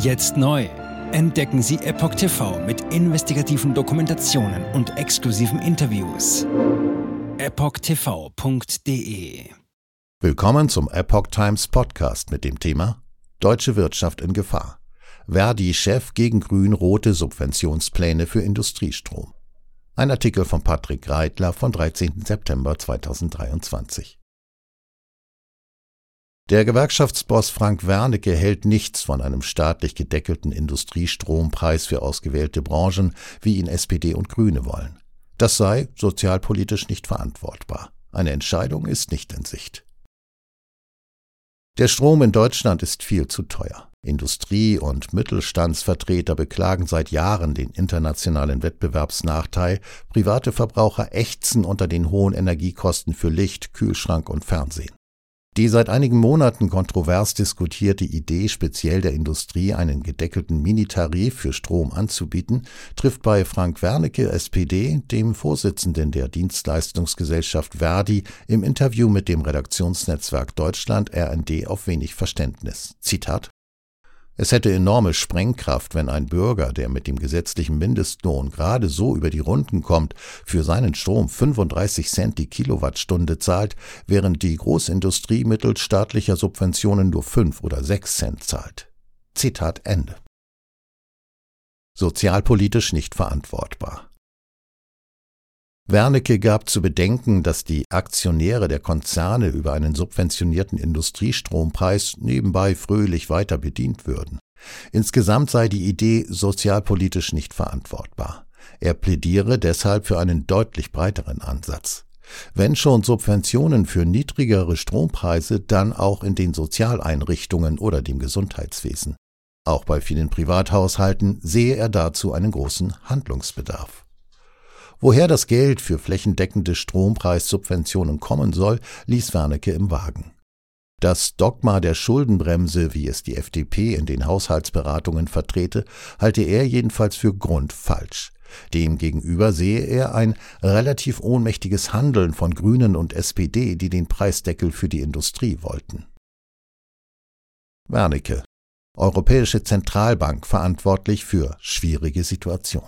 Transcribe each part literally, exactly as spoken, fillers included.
Jetzt neu. Entdecken Sie Epoch T V mit investigativen Dokumentationen und exklusiven Interviews. epoch t v punkt d e Willkommen zum Epoch Times Podcast mit dem Thema Deutsche Wirtschaft in Gefahr. Verdi-Chef gegen grün-rote Subventionspläne für Industriestrom. Ein Artikel von Patrick Reitler vom dreizehnten September zweitausenddreiundzwanzig. Der Gewerkschaftsboss Frank Wernicke hält nichts von einem staatlich gedeckelten Industriestrompreis für ausgewählte Branchen, wie ihn S P D und Grüne wollen. Das sei sozialpolitisch nicht verantwortbar. Eine Entscheidung ist nicht in Sicht. Der Strom in Deutschland ist viel zu teuer. Industrie- und Mittelstandsvertreter beklagen seit Jahren den internationalen Wettbewerbsnachteil, private Verbraucher ächzen unter den hohen Energiekosten für Licht, Kühlschrank und Fernsehen. Die seit einigen Monaten kontrovers diskutierte Idee, speziell der Industrie einen gedeckelten Minitarif für Strom anzubieten, trifft bei Frank Wernicke, S P D, dem Vorsitzenden der Dienstleistungsgesellschaft Verdi, im Interview mit dem Redaktionsnetzwerk Deutschland R N D auf wenig Verständnis. Zitat: Es hätte enorme Sprengkraft, wenn ein Bürger, der mit dem gesetzlichen Mindestlohn gerade so über die Runden kommt, für seinen Strom fünfunddreißig Cent die Kilowattstunde zahlt, während die Großindustrie mittels staatlicher Subventionen nur fünf oder sechs Cent zahlt. Zitat Ende. Sozialpolitisch nicht verantwortbar. Wernicke gab zu bedenken, dass die Aktionäre der Konzerne über einen subventionierten Industriestrompreis nebenbei fröhlich weiter bedient würden. Insgesamt sei die Idee sozialpolitisch nicht verantwortbar. Er plädiere deshalb für einen deutlich breiteren Ansatz. Wenn schon Subventionen für niedrigere Strompreise, dann auch in den Sozialeinrichtungen oder dem Gesundheitswesen. Auch bei vielen Privathaushalten sehe er dazu einen großen Handlungsbedarf. Woher das Geld für flächendeckende Strompreissubventionen kommen soll, ließ Wernicke im Wagen. Das Dogma der Schuldenbremse, wie es die F D P in den Haushaltsberatungen vertrete, halte er jedenfalls für grundfalsch. Demgegenüber sehe er ein relativ ohnmächtiges Handeln von Grünen und S P D, die den Preisdeckel für die Industrie wollten. Wernicke: Europäische Zentralbank verantwortlich für schwierige Situation.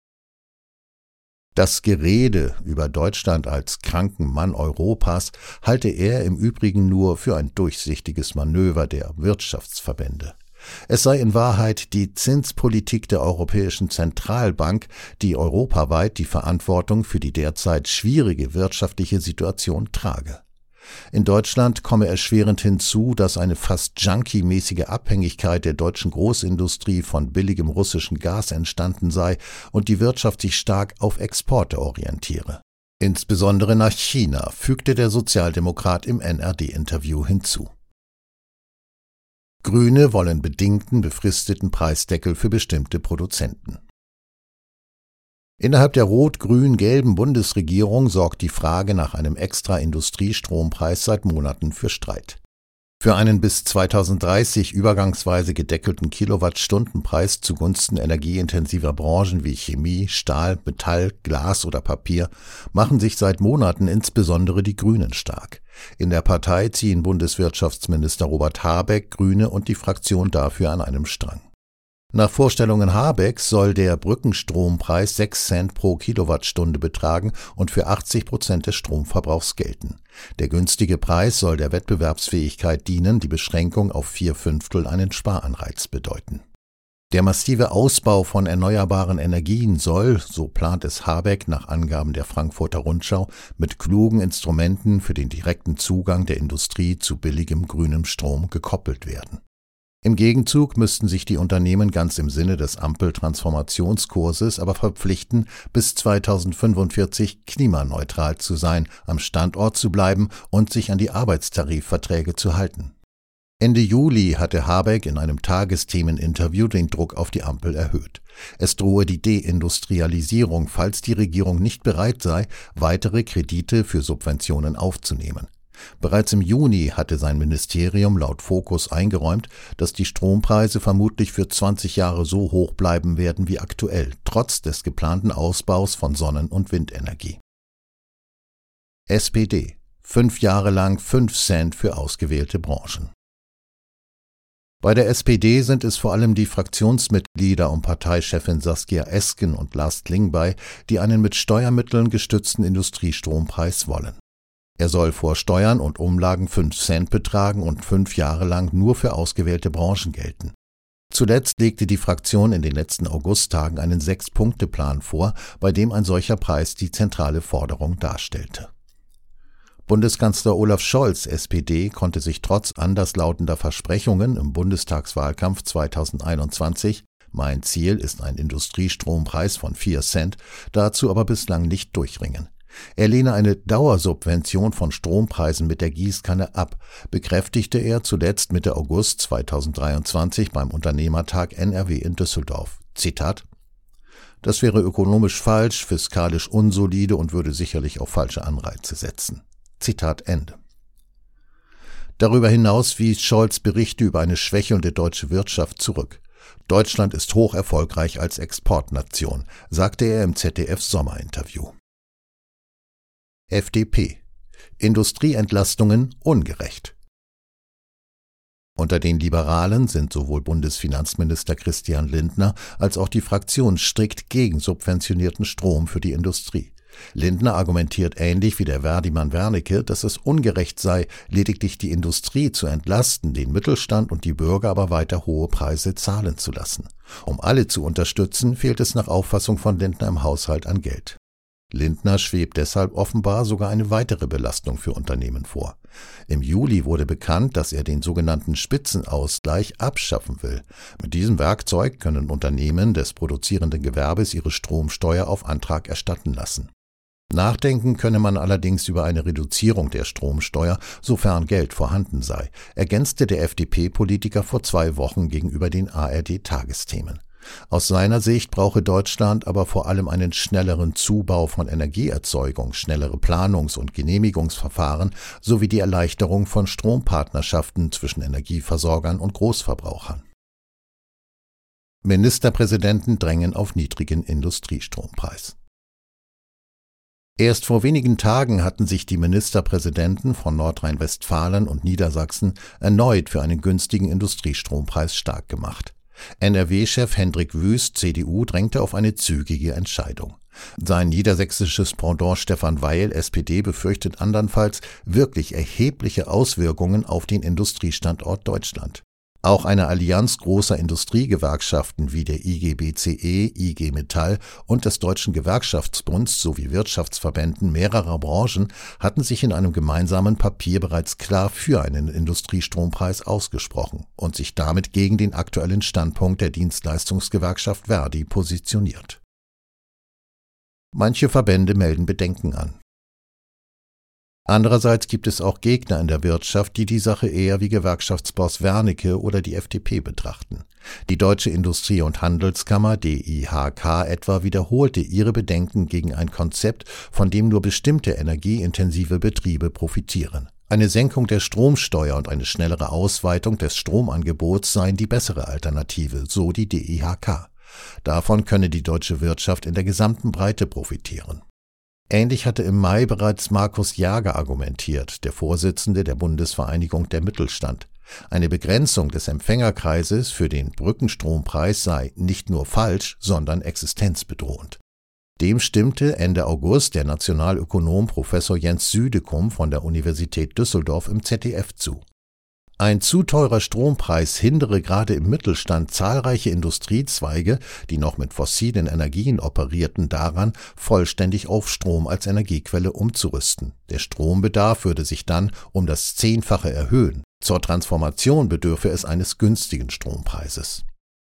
Das Gerede über Deutschland als kranken Mann Europas halte er im Übrigen nur für ein durchsichtiges Manöver der Wirtschaftsverbände. Es sei in Wahrheit die Zinspolitik der Europäischen Zentralbank, die europaweit die Verantwortung für die derzeit schwierige wirtschaftliche Situation trage. In Deutschland komme erschwerend hinzu, dass eine fast junkie-mäßige Abhängigkeit der deutschen Großindustrie von billigem russischen Gas entstanden sei und die Wirtschaft sich stark auf Exporte orientiere. Insbesondere nach China, fügte der Sozialdemokrat im N R D-Interview hinzu. Grüne wollen bedingten, befristeten Preisdeckel für bestimmte Produzenten. Innerhalb der rot-grün-gelben Bundesregierung sorgt die Frage nach einem extra Industriestrompreis seit Monaten für Streit. Für einen bis zweitausenddreißig übergangsweise gedeckelten Kilowattstundenpreis zugunsten energieintensiver Branchen wie Chemie, Stahl, Metall, Glas oder Papier machen sich seit Monaten insbesondere die Grünen stark. In der Partei ziehen Bundeswirtschaftsminister Robert Habeck, Grüne und die Fraktion dafür an einem Strang. Nach Vorstellungen Habecks soll der Brückenstrompreis sechs Cent pro Kilowattstunde betragen und für achtzig Prozent des Stromverbrauchs gelten. Der günstige Preis soll der Wettbewerbsfähigkeit dienen, die Beschränkung auf vier Fünftel einen Sparanreiz bedeuten. Der massive Ausbau von erneuerbaren Energien soll, so plant es Habeck nach Angaben der Frankfurter Rundschau, mit klugen Instrumenten für den direkten Zugang der Industrie zu billigem grünem Strom gekoppelt werden. Im Gegenzug müssten sich die Unternehmen ganz im Sinne des Ampel-Transformationskurses aber verpflichten, bis zweitausendfünfundvierzig klimaneutral zu sein, am Standort zu bleiben und sich an die Arbeitstarifverträge zu halten. Ende Juli hatte Habeck in einem Tagesthemeninterview den Druck auf die Ampel erhöht. Es drohe die Deindustrialisierung, falls die Regierung nicht bereit sei, weitere Kredite für Subventionen aufzunehmen. Bereits im Juni hatte sein Ministerium laut Focus eingeräumt, dass die Strompreise vermutlich für zwanzig Jahre so hoch bleiben werden wie aktuell, trotz des geplanten Ausbaus von Sonnen- und Windenergie. S P D: Fünf Jahre lang fünf Cent für ausgewählte Branchen. Bei der S P D sind es vor allem die Fraktionsmitglieder um Parteichefin Saskia Esken und Lars Klingbeil, die einen mit Steuermitteln gestützten Industriestrompreis wollen. Er soll vor Steuern und Umlagen fünf Cent betragen und fünf Jahre lang nur für ausgewählte Branchen gelten. Zuletzt legte die Fraktion in den letzten Augusttagen einen Sechs-Punkte-Plan vor, bei dem ein solcher Preis die zentrale Forderung darstellte. Bundeskanzler Olaf Scholz, S P D, konnte sich trotz anderslautender Versprechungen im Bundestagswahlkampf zweitausendeinundzwanzig, mein Ziel ist ein Industriestrompreis von vier Cent, dazu aber bislang nicht durchringen. Er lehne eine Dauersubvention von Strompreisen mit der Gießkanne ab, bekräftigte er zuletzt Mitte August zweitausenddreiundzwanzig beim Unternehmertag N R W in Düsseldorf. Zitat: Das wäre ökonomisch falsch, fiskalisch unsolide und würde sicherlich auf falsche Anreize setzen. Zitat Ende. Darüber hinaus wies Scholz Berichte über eine schwächelnde deutsche Wirtschaft zurück. Deutschland ist hoch erfolgreich als Exportnation, sagte er im Z D F-Sommerinterview. F D P: Industrieentlastungen ungerecht. Unter den Liberalen sind sowohl Bundesfinanzminister Christian Lindner als auch die Fraktion strikt gegen subventionierten Strom für die Industrie. Lindner argumentiert ähnlich wie der Verdi-Mann Wernicke, dass es ungerecht sei, lediglich die Industrie zu entlasten, den Mittelstand und die Bürger aber weiter hohe Preise zahlen zu lassen. Um alle zu unterstützen, fehlt es nach Auffassung von Lindner im Haushalt an Geld. Lindner schwebt deshalb offenbar sogar eine weitere Belastung für Unternehmen vor. Im Juli wurde bekannt, dass er den sogenannten Spitzenausgleich abschaffen will. Mit diesem Werkzeug können Unternehmen des produzierenden Gewerbes ihre Stromsteuer auf Antrag erstatten lassen. Nachdenken könne man allerdings über eine Reduzierung der Stromsteuer, sofern Geld vorhanden sei, ergänzte der F D P-Politiker vor zwei Wochen gegenüber den A R D-Tagesthemen. Aus seiner Sicht brauche Deutschland aber vor allem einen schnelleren Zubau von Energieerzeugung, schnellere Planungs- und Genehmigungsverfahren sowie die Erleichterung von Strompartnerschaften zwischen Energieversorgern und Großverbrauchern. Ministerpräsidenten drängen auf niedrigen Industriestrompreis. Erst vor wenigen Tagen hatten sich die Ministerpräsidenten von Nordrhein-Westfalen und Niedersachsen erneut für einen günstigen Industriestrompreis stark gemacht. N R W-Chef Hendrik Wüst, C D U, drängte auf eine zügige Entscheidung. Sein niedersächsisches Pendant Stefan Weil, S P D, befürchtet andernfalls wirklich erhebliche Auswirkungen auf den Industriestandort Deutschland. Auch eine Allianz großer Industriegewerkschaften wie der I G B C E, I G Metall und des Deutschen Gewerkschaftsbunds sowie Wirtschaftsverbänden mehrerer Branchen hatten sich in einem gemeinsamen Papier bereits klar für einen Industriestrompreis ausgesprochen und sich damit gegen den aktuellen Standpunkt der Dienstleistungsgewerkschaft Verdi positioniert. Manche Verbände melden Bedenken an. Andererseits gibt es auch Gegner in der Wirtschaft, die die Sache eher wie Gewerkschaftsboss Wernicke oder die F D P betrachten. Die Deutsche Industrie- und Handelskammer, D I H K etwa, wiederholte ihre Bedenken gegen ein Konzept, von dem nur bestimmte energieintensive Betriebe profitieren. Eine Senkung der Stromsteuer und eine schnellere Ausweitung des Stromangebots seien die bessere Alternative, so die D I H K. Davon könne die deutsche Wirtschaft in der gesamten Breite profitieren. Ähnlich hatte im Mai bereits Markus Jager argumentiert, der Vorsitzende der Bundesvereinigung der Mittelstand. Eine Begrenzung des Empfängerkreises für den Brückenstrompreis sei nicht nur falsch, sondern existenzbedrohend. Dem stimmte Ende August der Nationalökonom Professor Jens Südekum von der Universität Düsseldorf im Z D F zu. Ein zu teurer Strompreis hindere gerade im Mittelstand zahlreiche Industriezweige, die noch mit fossilen Energien operierten, daran, vollständig auf Strom als Energiequelle umzurüsten. Der Strombedarf würde sich dann um das Zehnfache erhöhen. Zur Transformation bedürfe es eines günstigen Strompreises.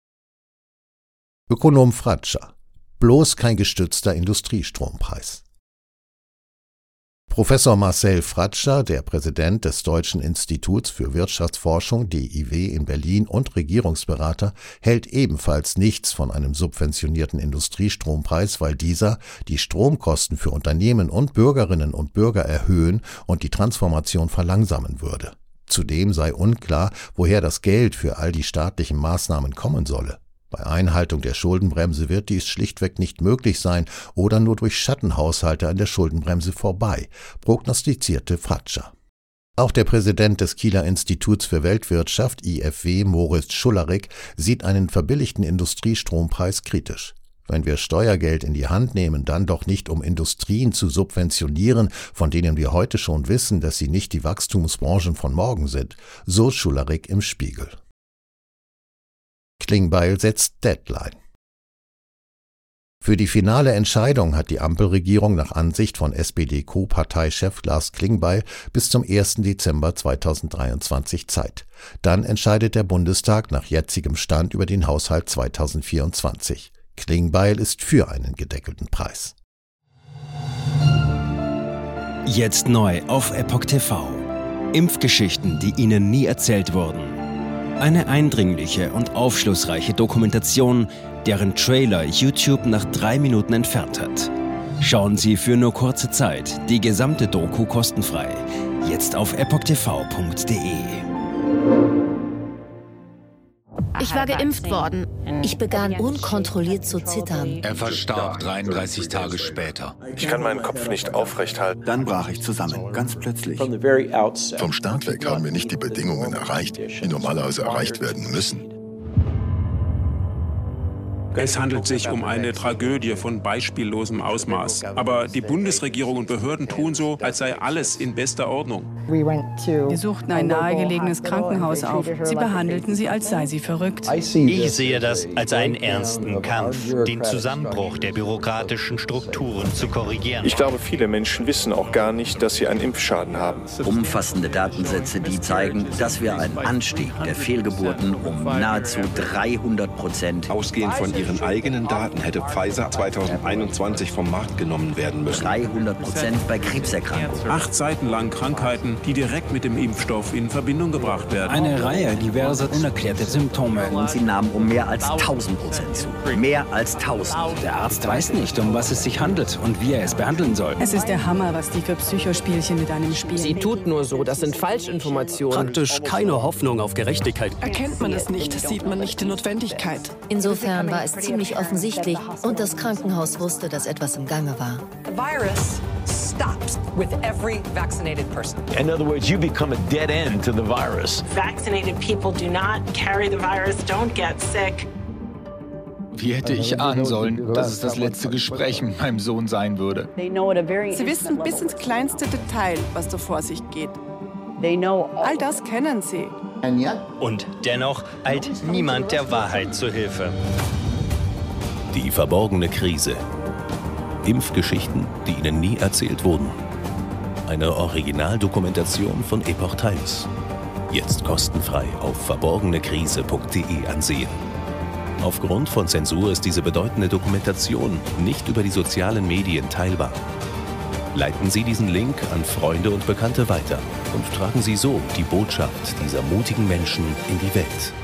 Ökonom Fratscher: Bloß kein gestützter Industriestrompreis. Professor Marcel Fratscher, der Präsident des Deutschen Instituts für Wirtschaftsforschung D I W in Berlin und Regierungsberater, hält ebenfalls nichts von einem subventionierten Industriestrompreis, weil dieser die Stromkosten für Unternehmen und Bürgerinnen und Bürger erhöhen und die Transformation verlangsamen würde. Zudem sei unklar, woher das Geld für all die staatlichen Maßnahmen kommen solle. Bei Einhaltung der Schuldenbremse wird dies schlichtweg nicht möglich sein oder nur durch Schattenhaushalte an der Schuldenbremse vorbei, prognostizierte Fratscher. Auch der Präsident des Kieler Instituts für Weltwirtschaft, I F W, Moritz Schullerik, sieht einen verbilligten Industriestrompreis kritisch. Wenn wir Steuergeld in die Hand nehmen, dann doch nicht, um Industrien zu subventionieren, von denen wir heute schon wissen, dass sie nicht die Wachstumsbranchen von morgen sind, so Schullerik im Spiegel. Klingbeil setzt Deadline. Für die finale Entscheidung hat die Ampelregierung nach Ansicht von S P D-Co-Parteichef Lars Klingbeil bis zum ersten Dezember zweitausenddreiundzwanzig Zeit. Dann entscheidet der Bundestag nach jetzigem Stand über den Haushalt zweitausendvierundzwanzig. Klingbeil ist für einen gedeckelten Preis. Jetzt neu auf Epoch T V. Impfgeschichten, die Ihnen nie erzählt wurden. Eine eindringliche und aufschlussreiche Dokumentation, deren Trailer YouTube nach drei Minuten entfernt hat. Schauen Sie für nur kurze Zeit die gesamte Doku kostenfrei. Jetzt auf epoch t v punkt d e. Ich war geimpft worden. Ich begann unkontrolliert zu zittern. Er verstarb dreiunddreißig Tage später. Ich kann meinen Kopf nicht aufrecht halten. Dann brach ich zusammen, ganz plötzlich. Vom Start weg haben wir nicht die Bedingungen erreicht, die normalerweise erreicht werden müssen. Es handelt sich um eine Tragödie von beispiellosem Ausmaß. Aber die Bundesregierung und Behörden tun so, als sei alles in bester Ordnung. Wir suchten ein nahegelegenes Krankenhaus auf. Sie behandelten sie, als sei sie verrückt. Ich sehe das als einen ernsten Kampf, den Zusammenbruch der bürokratischen Strukturen zu korrigieren. Ich glaube, viele Menschen wissen auch gar nicht, dass sie einen Impfschaden haben. Umfassende Datensätze, die zeigen, dass wir einen Anstieg der Fehlgeburten um nahezu dreihundert Prozent ausgehend von ihren eigenen Daten hätte Pfizer zweitausendeinundzwanzig vom Markt genommen werden müssen. dreihundert Prozent bei Krebserkrankungen. Acht Seiten lang Krankheiten, die direkt mit dem Impfstoff in Verbindung gebracht werden. Eine Reihe diverser unerklärter Symptome. Und sie nahmen um mehr als tausend Prozent zu. Mehr als tausend. Der Arzt weiß nicht, um was es sich handelt und wie er es behandeln soll. Es ist der Hammer, was die für Psychospielchen mit einem spielen. Sie tut nur so, das sind Falschinformationen. Praktisch keine Hoffnung auf Gerechtigkeit. Erkennt man es nicht, sieht man nicht die Notwendigkeit. Insofern war es ziemlich offensichtlich und das Krankenhaus wusste, dass etwas im Gange war. The virus stops with every vaccinated person. In other words, you become a dead end to the virus. Vaccinated people do not carry the virus, don't get sick. Wie hätte ich ahnen sollen, dass es das letzte Gespräch mit meinem Sohn sein würde? Sie wissen bis ins kleinste Detail, was da vor sich geht. All das kennen sie. Und dennoch eilt niemand der Wahrheit zu Hilfe. Die verborgene Krise. Impfgeschichten, die Ihnen nie erzählt wurden. Eine Originaldokumentation von Epoch Times. Jetzt kostenfrei auf verborgenekrise punkt d e ansehen. Aufgrund von Zensur ist diese bedeutende Dokumentation nicht über die sozialen Medien teilbar. Leiten Sie diesen Link an Freunde und Bekannte weiter und tragen Sie so die Botschaft dieser mutigen Menschen in die Welt.